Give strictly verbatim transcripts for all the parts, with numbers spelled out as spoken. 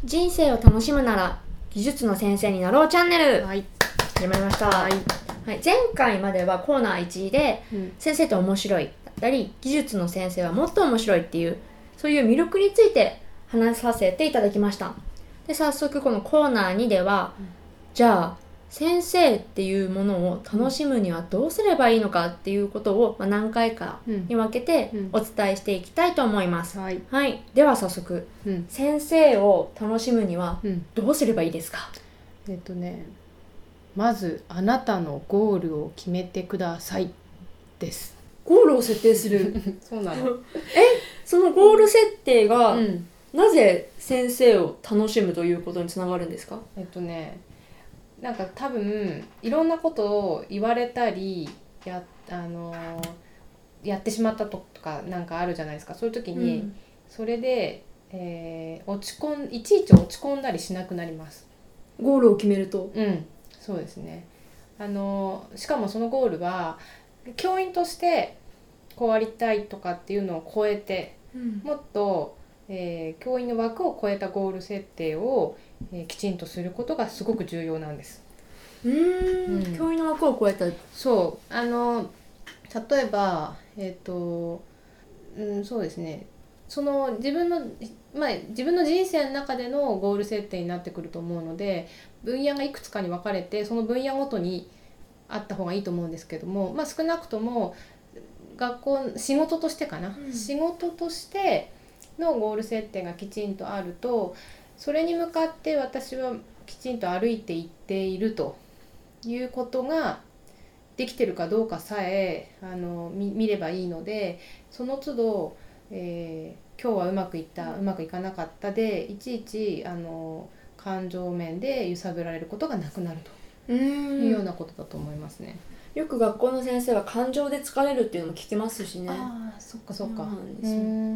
人生を楽しむなら技術の先生になろうチャンネル、 はい、 始まりました。 はいはい、前回まではコーナーいちで、 うん、 先生って面白いだったり技術の先生はもっと面白いっていうそういう魅力について話させていただきました。で早速このコーナーにでは、うん、じゃあ先生っていうものを楽しむにはどうすればいいのかっていうことを、まあ、何回かに分けてお伝えしていきたいと思います、 うんはいはい、では早速、うん、先生を楽しむにはどうすればいいですか？ うん、えっとねまずあなたのゴールを決めてくださいです。 ゴールを設定するそうなの。 えそのゴール設定が、うん、なぜ先生を楽しむということにつながるんですか？ えっとねなんか多分いろんなことを言われたり や, あのやってしまったとかなんかあるじゃないですか。そういう時に、うん、それで、えー、落ち込んいちいち落ち込んだりしなくなります。 ゴールを決めると。 うんそうですね。あのしかもそのゴールは教員としてこうありたいとかっていうのを超えて、うん、もっと、えー、教員の枠を超えたゴール設定を、えー、きちんとすることがすごく重要なんです。 うーん、うん、教員の枠を超えた。 そうあの例えばえっ、ー、と、うん、そうですねその自分のまあ、自分の人生の中でのゴール設定になってくると思うので分野がいくつかに分かれてその分野ごとにあった方がいいと思うんですけども、まあ、少なくとも学校仕事としてかな、うん、仕事としてのゴール設定がきちんとあるとそれに向かって私はきちんと歩いていっているということができてるかどうかさえあの 見, 見ればいいのでその都度、えー今日はうまくいった、うまくいかなかったでいちいちあの感情面で揺さぶられることがなくなるというようなことだと思いますね。 よく学校の先生は感情で疲れるっていうのも聞きますしね。 ああそっかそっか。 うん、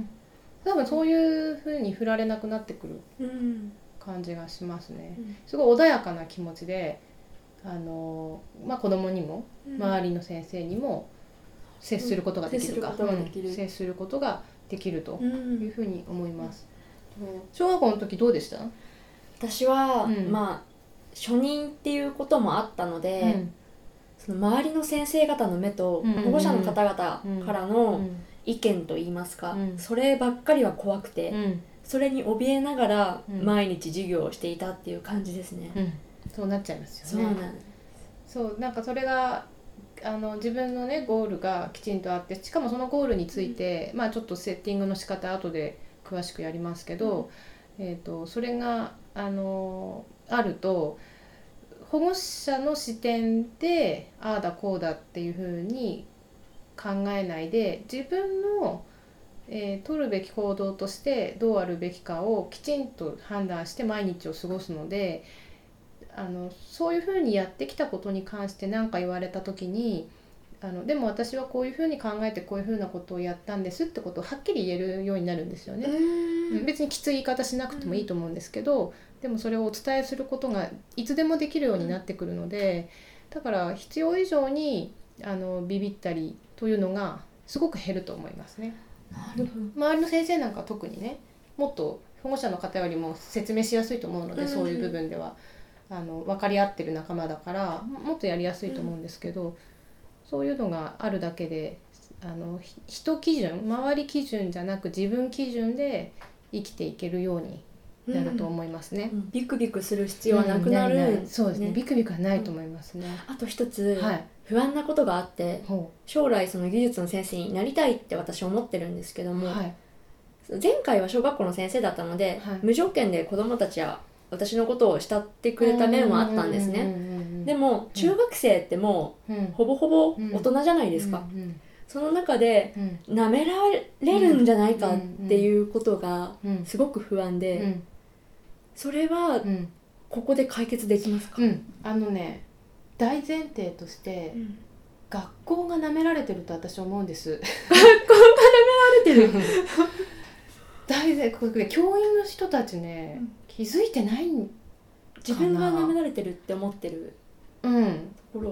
多分そういう風に振られなくなってくる感じがしますね、うん、すごい穏やかな気持ちであの、まあ、子供にも周りの先生にも接することができるか、 うん、 接することができるというふうに思います、うん、小学校の時どうでした？ 私は、うん、まあ初任っていうこともあったので、うん、その周りの先生方の目と保護者の方々からの意見といいますか、うん、そればっかりは怖くて、うん、それに怯えながら毎日授業をしていたっていう感じですね、 うん、そうなっちゃいますよね。そうなんです。そうなんかそれがあの自分のねゴールがきちんとあってしかもそのゴールについて、うんまあ、ちょっとセッティングの仕方後で詳しくやりますけど、うんえーと、それがあのあると保護者の視点でああだこうだっていう風に考えないで自分の、えー、取るべき行動としてどうあるべきかをきちんと判断して毎日を過ごすのであのそういうふうにやってきたことに関して何か言われた時にあのでも私はこういうふうに考えてこういうふうなことをやったんですってことをはっきり言えるようになるんですよね。別にきつい言い方しなくてもいいと思うんですけどでもそれをお伝えすることがいつでもできるようになってくるのでだから必要以上にあのビビったりというのがすごく減ると思いますね。 なるほど。 周りの先生なんか特にねもっと保護者の方よりも説明しやすいと思うのでそういう部分では。あの分かり合ってる仲間だからもっとやりやすいと思うんですけど、うん、そういうのがあるだけであの人基準周り基準じゃなく自分基準で生きていけるようになると思いますね、 うん、ビクビクする必要はなくなる、うん、ないないそうですね、ビクビクはないと思いますね、 うん、あと一つ、はい、不安なことがあって将来その技術の先生になりたいって私思ってるんですけども、はい、前回は小学校の先生だったので、はい、無条件で子どもたちや私のことを慕ってくれた面はあったんですね。でも中学生ってもう、うん、ほぼほぼ大人じゃないですか、うんうん、その中で、うん、舐められるんじゃないかっていうことがすごく不安で、うん、それはここで解決できますか？ うん、あのね大前提として、うん、学校が舐められてると私思うんです学校が舐められてる大前これ教員の人たちね、うん気づいてないんかな。 自分が舐められてるって思ってるところは、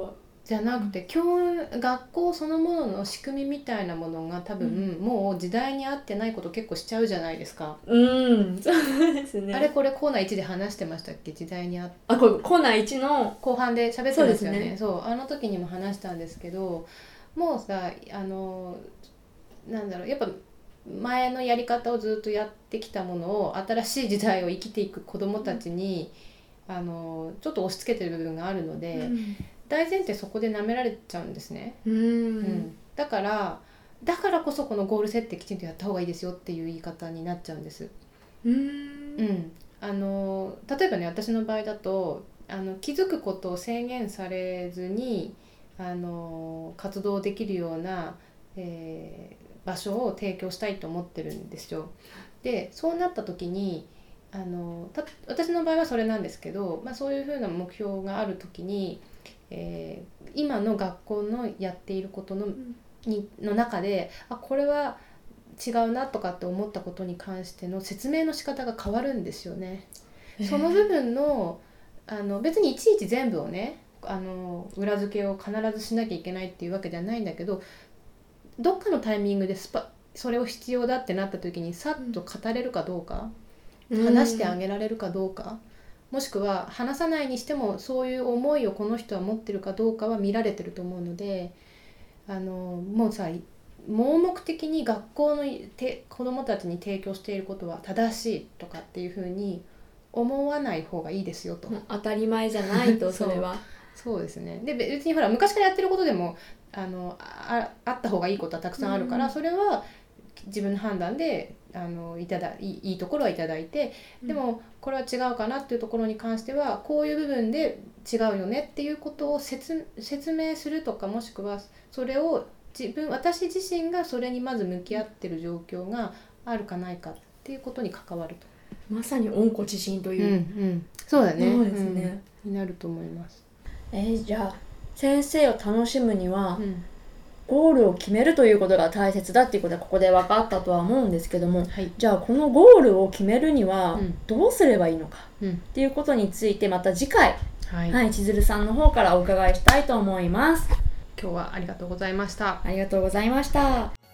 じゃなくて、教学校そのものの仕組みみたいなものが多分、うん、もう時代に合ってないこと結構しちゃうじゃないですか。 うんそうですね。 あれこれコーナーいちで話してましたっけ、時代に合って。 あ、これコーナーいちの後半で喋ってますよね。そうですね。そう、あの時にも話したんですけど、もうさ、あのなんだろう、やっぱ前のやり方をずっとやってきたものを、新しい時代を生きていく子どもたちに、うん、あのちょっと押し付けてる部分があるので、うん、大前提そこで舐められちゃうんですね。 うん、うん、 だからだからこそこのゴール設定きちんとやった方がいいですよっていう言い方になっちゃうんです。 うん、 うん、あの例えばね、私の場合だと、あの気づくことを制限されずにあの活動できるような、えー場所を提供したいと思ってるんですよ。でそうなった時に、あのた私の場合はそれなんですけど、まあ、そういうふうな目標がある時に、えー、今の学校のやっていることの、にの中で、あ、これは違うなとかって思ったことに関しての説明の仕方が変わるんですよね。その部分の、あの別にいちいち全部をね、あの裏付けを必ずしなきゃいけないっていうわけではないんだけど、どっかのタイミングでスパそれを必要だってなった時にさっと語れるかどうか、うん、話してあげられるかどうか、もしくは話さないにしてもそういう思いをこの人は持ってるかどうかは見られてると思うので、あのもうさ、盲目的に学校のて子どもたちに提供していることは正しいとかっていうふうに思わない方がいいですよと。 当たり前じゃないとそれはそう、そうですね。で別にほら昔からやってることでもあの あ, あった方がいいことはたくさんあるから、うん、それは自分の判断であのいただ い, いいところはいただいて、でもこれは違うかなっていうところに関してはこういう部分で違うよねっていうことを 説, 説明するとか、もしくはそれを自分私自身がそれにまず向き合ってる状況があるかないかっていうことに関わると。 まさに温故知新という、うんうん、そうだね。 そうですね、 うん、になると思います。 えー、じゃあ先生を楽しむには、うん、ゴールを決めるということが大切だっていうことはここで分かったとは思うんですけども、はい、じゃあこのゴールを決めるにはどうすればいいのか、うん、っていうことについてまた次回、はいはい、千鶴さんの方からお伺いしたいと思います。 今日はありがとうございました。 ありがとうございました。